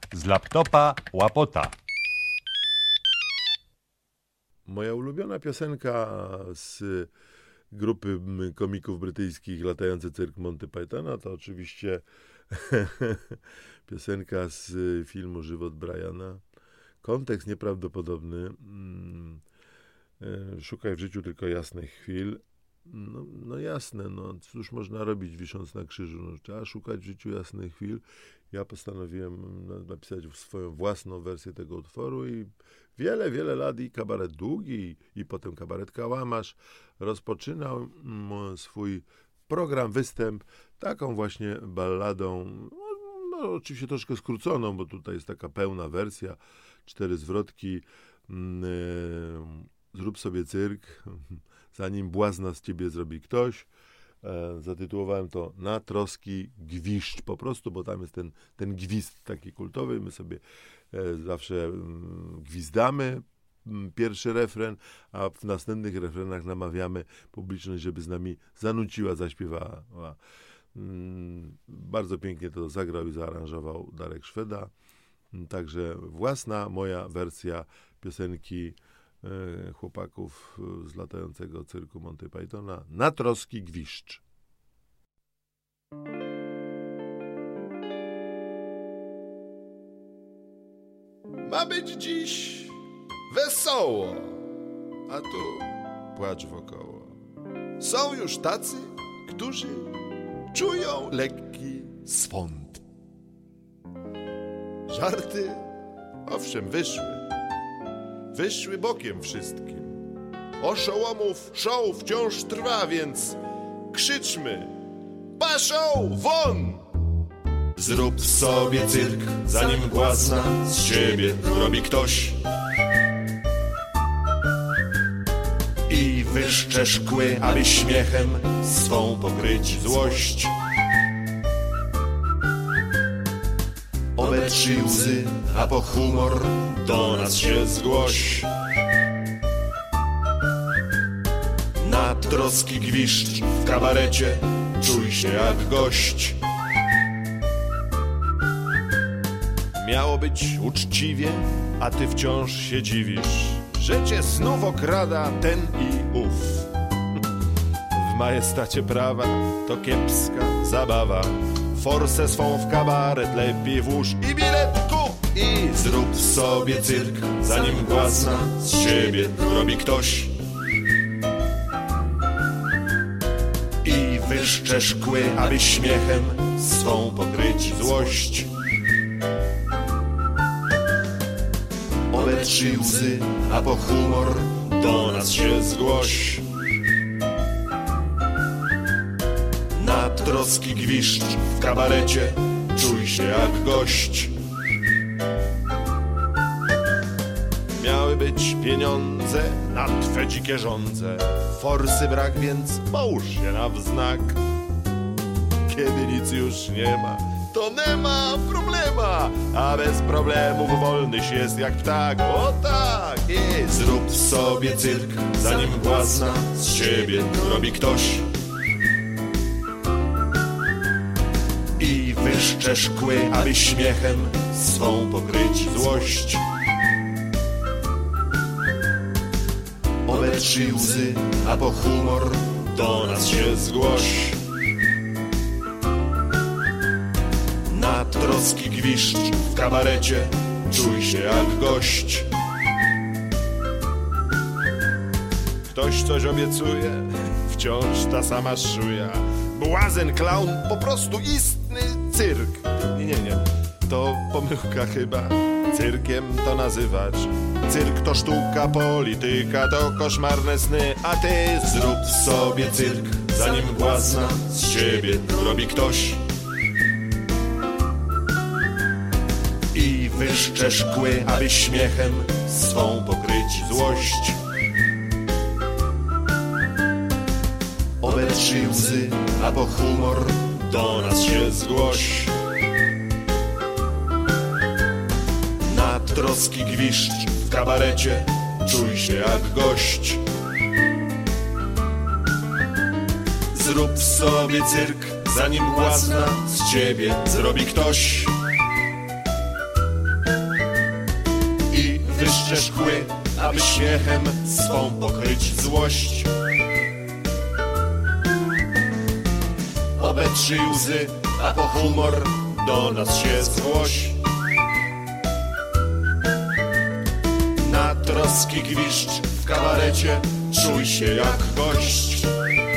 Z laptopa łapota. Moja ulubiona piosenka z grupy komików brytyjskich Latający Cyrk Monty Pythona to oczywiście piosenka z filmu Żywot Briana. Kontekst nieprawdopodobny. Szukaj w życiu tylko jasnych chwil. No jasne, no cóż można robić wisząc na krzyżu? No, trzeba szukać w życiu jasnych chwil. Ja postanowiłem napisać swoją własną wersję tego utworu i wiele lat i kabaret Długi i potem kabaret Kałamarz rozpoczynał swój program, występ taką właśnie balladą, no oczywiście troszkę skróconą, bo tutaj jest taka pełna wersja, 4 zwrotki, zrób sobie cyrk, zanim błazna z ciebie zrobi ktoś. Zatytułowałem to Na troski gwiszcz po prostu, bo tam jest ten gwizd taki kultowy. My sobie zawsze gwizdamy pierwszy refren, a w następnych refrenach namawiamy publiczność, żeby z nami zanuciła, zaśpiewała. Bardzo pięknie to zagrał i zaaranżował Darek Szweda. Także własna moja wersja piosenki chłopaków z latającego cyrku Monty Pythona Na troski gwiszcz. Ma być dziś wesoło, a tu płacz wokoło. Są już tacy, którzy czują lekki swąd. Żarty, owszem, wyszły bokiem wszystkim. Oszołomów show wciąż trwa, więc krzyczmy: paszą won! Zrób sobie cyrk, zanim błazna z ciebie robi ktoś. I wyszczesz kły, aby śmiechem swą pokryć złość. Obetrzyj łzy, a po humor do nas się zgłoś. Na troski gwiszcz w kabarecie, czuj się jak gość. Miało być uczciwie, a ty wciąż się dziwisz, że cię znów okrada ten i ów. W majestacie prawa to kiepska zabawa. Forsę swą w kabaret lepiej włóż i bilet kup. I zrób sobie cyrk, zanim błazna z siebie robi ktoś. I wyszczesz kły, aby śmiechem swą pokryć złość. Obetrzyj łzy, a po humor do nas się zgłoś. Na troski gwiszcz w kabarecie, czuj się jak gość. Miały być pieniądze na twe dzikie żądze. Forsy brak, więc połóż się na wznak. Kiedy nic już nie ma, to nie ma problema, a bez problemów wolnyś jest jak ptak. O tak! I zrób sobie cyrk, zanim błazna z ciebie robi ktoś. I wyszczesz kły, aby śmiechem swą pokryć złość. Obetrzyj łzy, a po humor do nas się zgłoś. Na troski gwiszcz w kabarecie, czuj się jak gość. Ktoś coś obiecuje, wciąż ta sama szuja. Błazen, klaun, po prostu istny cyrk. Nie, to pomyłka chyba. Cyrkiem to nazywać. Cyrk to sztuka, polityka to koszmarne sny. A ty zrób sobie cyrk, zanim błazna z siebie robi ktoś. I wyszczesz kły, aby śmiechem swą pokryć złość. Obetrzyj łzy, a po humor do nas się zgłoś. Na troski gwiszcz w kabarecie, czuj się jak gość. Zrób sobie cyrk, zanim błazna z ciebie zrobi ktoś. błyszczesz kły, aby śmiechem swą pokryć złość. Obetrzyj łzy, a po humor do nas się zgłoś. Na troski gwiszcz w kabarecie, czuj się jak gość.